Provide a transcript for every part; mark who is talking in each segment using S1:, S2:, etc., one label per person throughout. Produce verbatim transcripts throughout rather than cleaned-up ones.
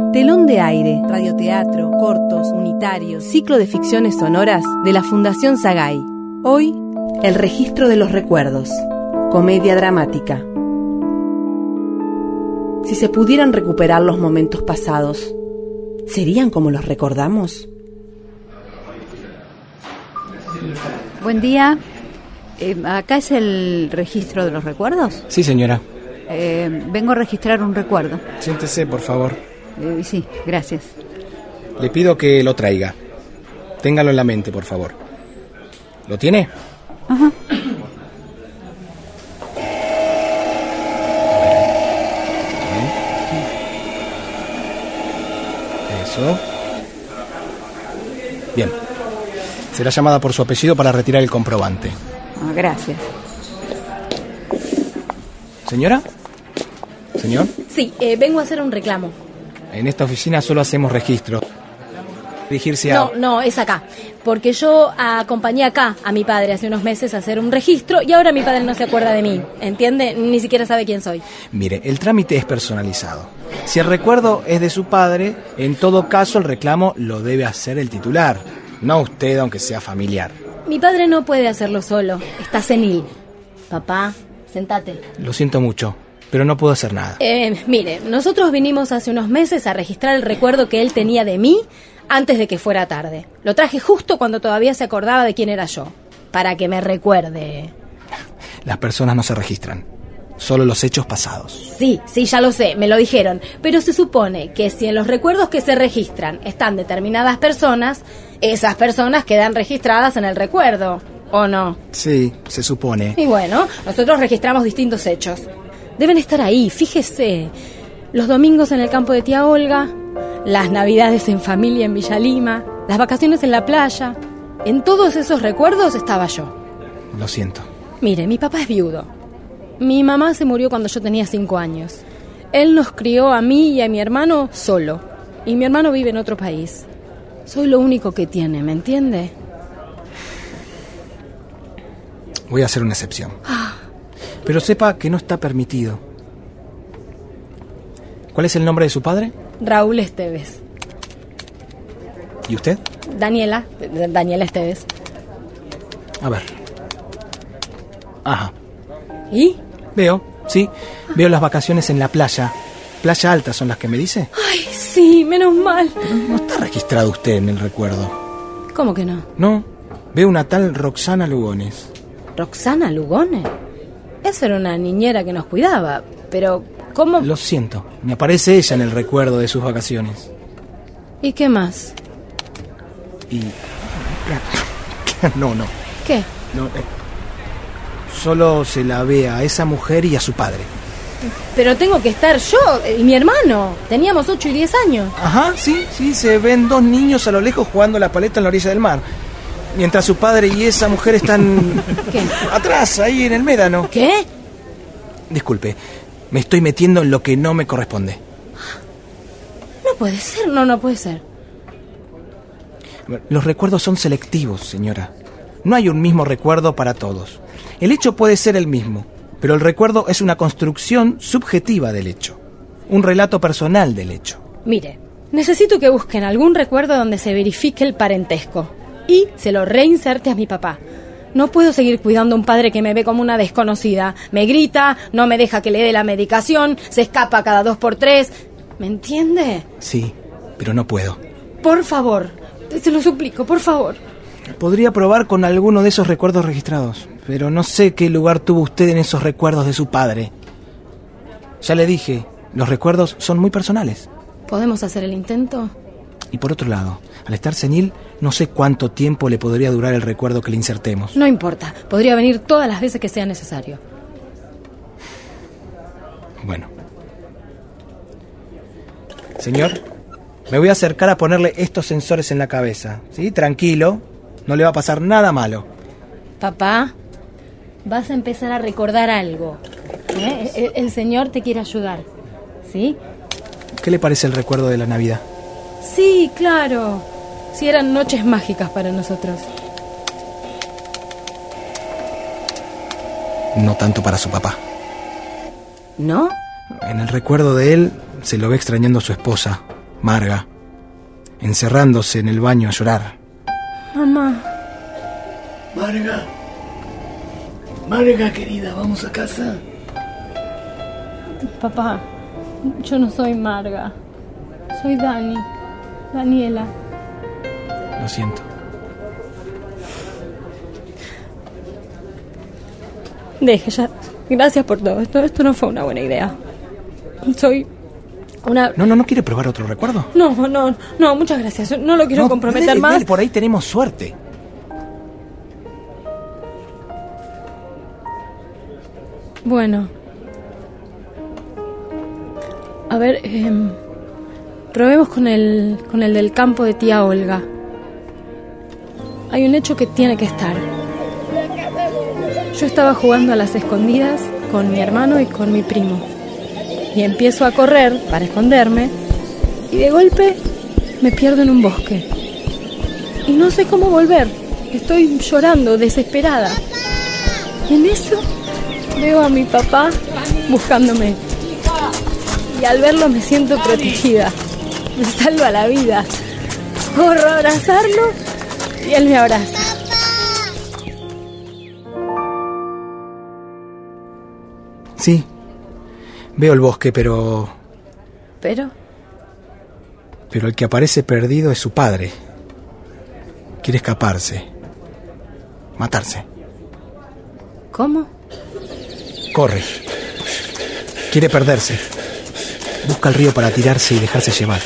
S1: Telón de Aire, radioteatro, cortos, unitarios, ciclo de ficciones sonoras de la Fundación Sagay. Hoy, El registro de los recuerdos, comedia dramática. Si se pudieran recuperar los momentos pasados, ¿serían como los recordamos?
S2: Buen día. Eh, ¿Acá es el registro de los recuerdos?
S3: Sí, señora.
S2: Eh, vengo a registrar un recuerdo.
S3: Siéntese, por favor.
S2: Eh, sí, gracias.
S3: Le pido que lo traiga. Téngalo en la mente, por favor. ¿Lo tiene?
S2: Ajá.
S3: Eso. Bien. Será llamada por su apellido para retirar el comprobante.
S2: Ah, gracias.
S3: ¿Señora? ¿Señor?
S4: Sí, eh, vengo a hacer un reclamo.
S3: En esta oficina solo hacemos registro. Dirigirse a...
S4: No, no, es acá. Porque yo acompañé acá a mi padre hace unos meses a hacer un registro y ahora mi padre no se acuerda de mí, ¿entiende? Ni siquiera sabe quién soy.
S3: Mire, el trámite es personalizado. Si el recuerdo es de su padre, en todo caso el reclamo lo debe hacer el titular, no usted, aunque sea familiar.
S4: Mi padre no puede hacerlo solo, está senil. Papá, sentate.
S3: Lo siento mucho, pero no puedo hacer nada.
S4: Eh, mire, nosotros vinimos hace unos meses a registrar el recuerdo que él tenía de mí antes de que fuera tarde. Lo traje justo cuando todavía se acordaba de quién era yo, para que me recuerde.
S3: Las personas no se registran, solo los hechos pasados.
S4: Sí, sí, ya lo sé, me lo dijeron. Pero se supone que si en los recuerdos que se registran están determinadas personas, esas personas quedan registradas en el recuerdo, ¿o no?
S3: Sí, se supone.
S4: Y bueno, nosotros registramos distintos hechos. Deben estar ahí, fíjese. Los domingos en el campo de tía Olga, las navidades en familia en Villa Lima, las vacaciones en la playa. En todos esos recuerdos estaba yo.
S3: Lo siento.
S4: Mire, mi papá es viudo. Mi mamá se murió cuando yo tenía cinco años. Él nos crió a mí y a mi hermano solo. Y mi hermano vive en otro país. Soy lo único que tiene, ¿me entiende?
S3: Voy a hacer una excepción. Pero sepa que no está permitido. ¿Cuál es el nombre de su padre?
S4: Raúl Esteves.
S3: ¿Y usted?
S4: Daniela. Daniela Esteves.
S3: A ver. Ajá.
S4: ¿Y?
S3: Veo, sí. Veo las vacaciones en la playa. Playa Alta son las que me dice.
S4: Ay, sí, menos mal.
S3: Pero no está registrado usted en el recuerdo.
S4: ¿Cómo que no?
S3: No. Veo una tal Roxana Lugones.
S4: ¿Roxana Lugones? Esa era una niñera que nos cuidaba. Pero, ¿cómo?
S3: Lo siento. Me aparece ella en el recuerdo de sus vacaciones.
S4: ¿Y qué más?
S3: Y... No, no.
S4: ¿Qué?
S3: No, eh... Solo se la ve a esa mujer y a su padre.
S4: Pero tengo que estar yo y mi hermano. Teníamos ocho y diez años.
S3: Ajá, sí, sí, se ven dos niños a lo lejos jugando la paleta en la orilla del mar. Mientras su padre y esa mujer están...
S4: ¿Qué?
S3: Atrás, ahí en el médano.
S4: ¿Qué?
S3: Disculpe, me estoy metiendo en lo que no me corresponde.
S4: No puede ser, no, no puede ser.
S3: Los recuerdos son selectivos, señora. No hay un mismo recuerdo para todos. El hecho puede ser el mismo, pero el recuerdo es una construcción subjetiva del hecho, un relato personal del hecho.
S4: Mire, necesito que busquen algún recuerdo donde se verifique el parentesco y se lo reinserte a mi papá. No puedo seguir cuidando a un padre que me ve como una desconocida. Me grita, no me deja que le dé la medicación, se escapa cada dos por tres. ¿Me entiende?
S3: Sí, pero no puedo.
S4: Por favor, se lo suplico, por favor.
S3: Podría probar con alguno de esos recuerdos registrados, pero no sé qué lugar tuvo usted en esos recuerdos de su padre. Ya le dije, los recuerdos son muy personales.
S4: ¿Podemos hacer el intento?
S3: Y por otro lado, al estar senil, no sé cuánto tiempo le podría durar el recuerdo que le insertemos.
S4: No importa, podría venir todas las veces que sea necesario.
S3: Bueno. Señor, me voy a acercar a ponerle estos sensores en la cabeza, ¿sí? Tranquilo, no le va a pasar nada malo.
S4: Papá, vas a empezar a recordar algo. ¿Eh? El, el Señor te quiere ayudar, ¿sí?
S3: ¿Qué le parece el recuerdo de la Navidad?
S4: Sí, claro. Sí, eran noches mágicas para nosotros.
S3: No tanto para su papá.
S4: ¿No?
S3: En el recuerdo de él se lo ve extrañando a su esposa, Marga, encerrándose en el baño a llorar.
S4: Mamá.
S5: Marga. Marga, querida, ¿vamos a casa?
S4: Papá, yo no soy Marga. Soy Dani. Daniela.
S3: Lo siento.
S4: Deje ya. Gracias por todo. Esto, esto no fue una buena idea. Soy una...
S3: No, no, ¿no quiere probar otro recuerdo?
S4: No, no, no, muchas gracias. No lo quiero
S3: no,
S4: comprometer
S3: dele,
S4: más.
S3: Dele, por ahí tenemos suerte.
S4: Bueno. A ver, eh, probemos con el, con el del campo de tía Olga. Hay un hecho que tiene que estar. Yo estaba jugando a las escondidas con mi hermano y con mi primo. Y empiezo a correr para esconderme y de golpe me pierdo en un bosque. Y no sé cómo volver. Estoy llorando, desesperada. Y en eso veo a mi papá buscándome. Y al verlo me siento protegida. Me salva la vida. Corro a abrazarlo y él me abraza.
S3: Sí, veo el bosque, pero...
S4: ¿Pero?
S3: Pero el que aparece perdido es su padre. Quiere escaparse. Matarse.
S4: ¿Cómo?
S3: Corre. Quiere perderse. Busca el río para tirarse y dejarse llevar.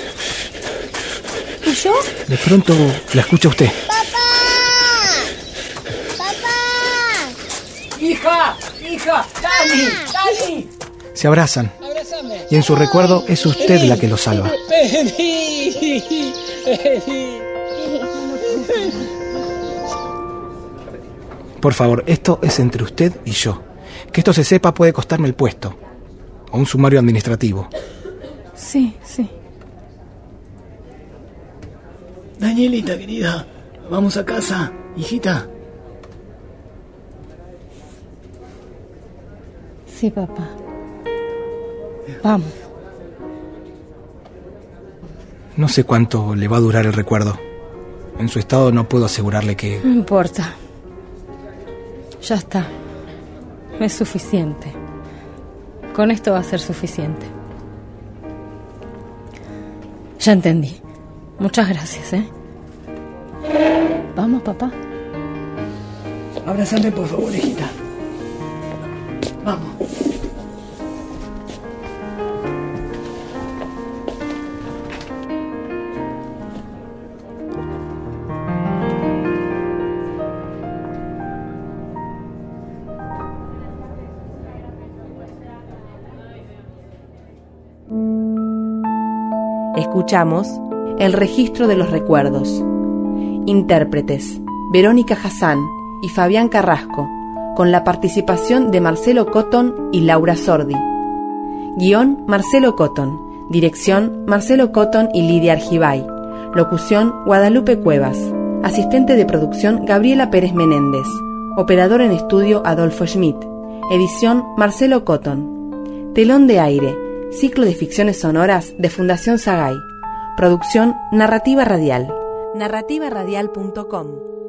S4: ¿Y yo?
S3: De pronto la escucha usted.
S5: ¡Papá! ¡Papá! ¡Hija! ¡Hija! ¡Dani! ¡Dani!
S3: Se abrazan.
S5: ¡Abrázame!
S3: Y en su recuerdo es usted la que lo salva.
S5: ¡Vení! ¡Vení!
S3: Por favor, esto es entre usted y yo. Que esto se sepa puede costarme el puesto. O un sumario administrativo.
S4: Sí, sí.
S5: Danielita, querida, vamos a casa, hijita.
S4: Sí, papá. Vamos.
S3: No sé cuánto le va a durar el recuerdo. En su estado no puedo asegurarle que...
S4: No importa. Ya está. Es suficiente. Con esto va a ser suficiente. Ya entendí. Muchas gracias, ¿eh? Vamos, papá.
S5: Abrázame, por favor, hijita. Vamos.
S1: Escuchamos El registro de los recuerdos. Intérpretes: Verónica Hassan y Fabián Carrasco, con la participación de Marcelo Cotton y Laura Sordi. Guión: Marcelo Cotton. Dirección: Marcelo Cotton y Lidia Argibay. Locución: Guadalupe Cuevas. Asistente de producción: Gabriela Pérez Menéndez. Operador en estudio: Adolfo Schmidt. Edición: Marcelo Cotton. Telón de aire. Ciclo de ficciones sonoras de Fundación Sagay. Producción: Narrativa Radial. narrativa radial punto com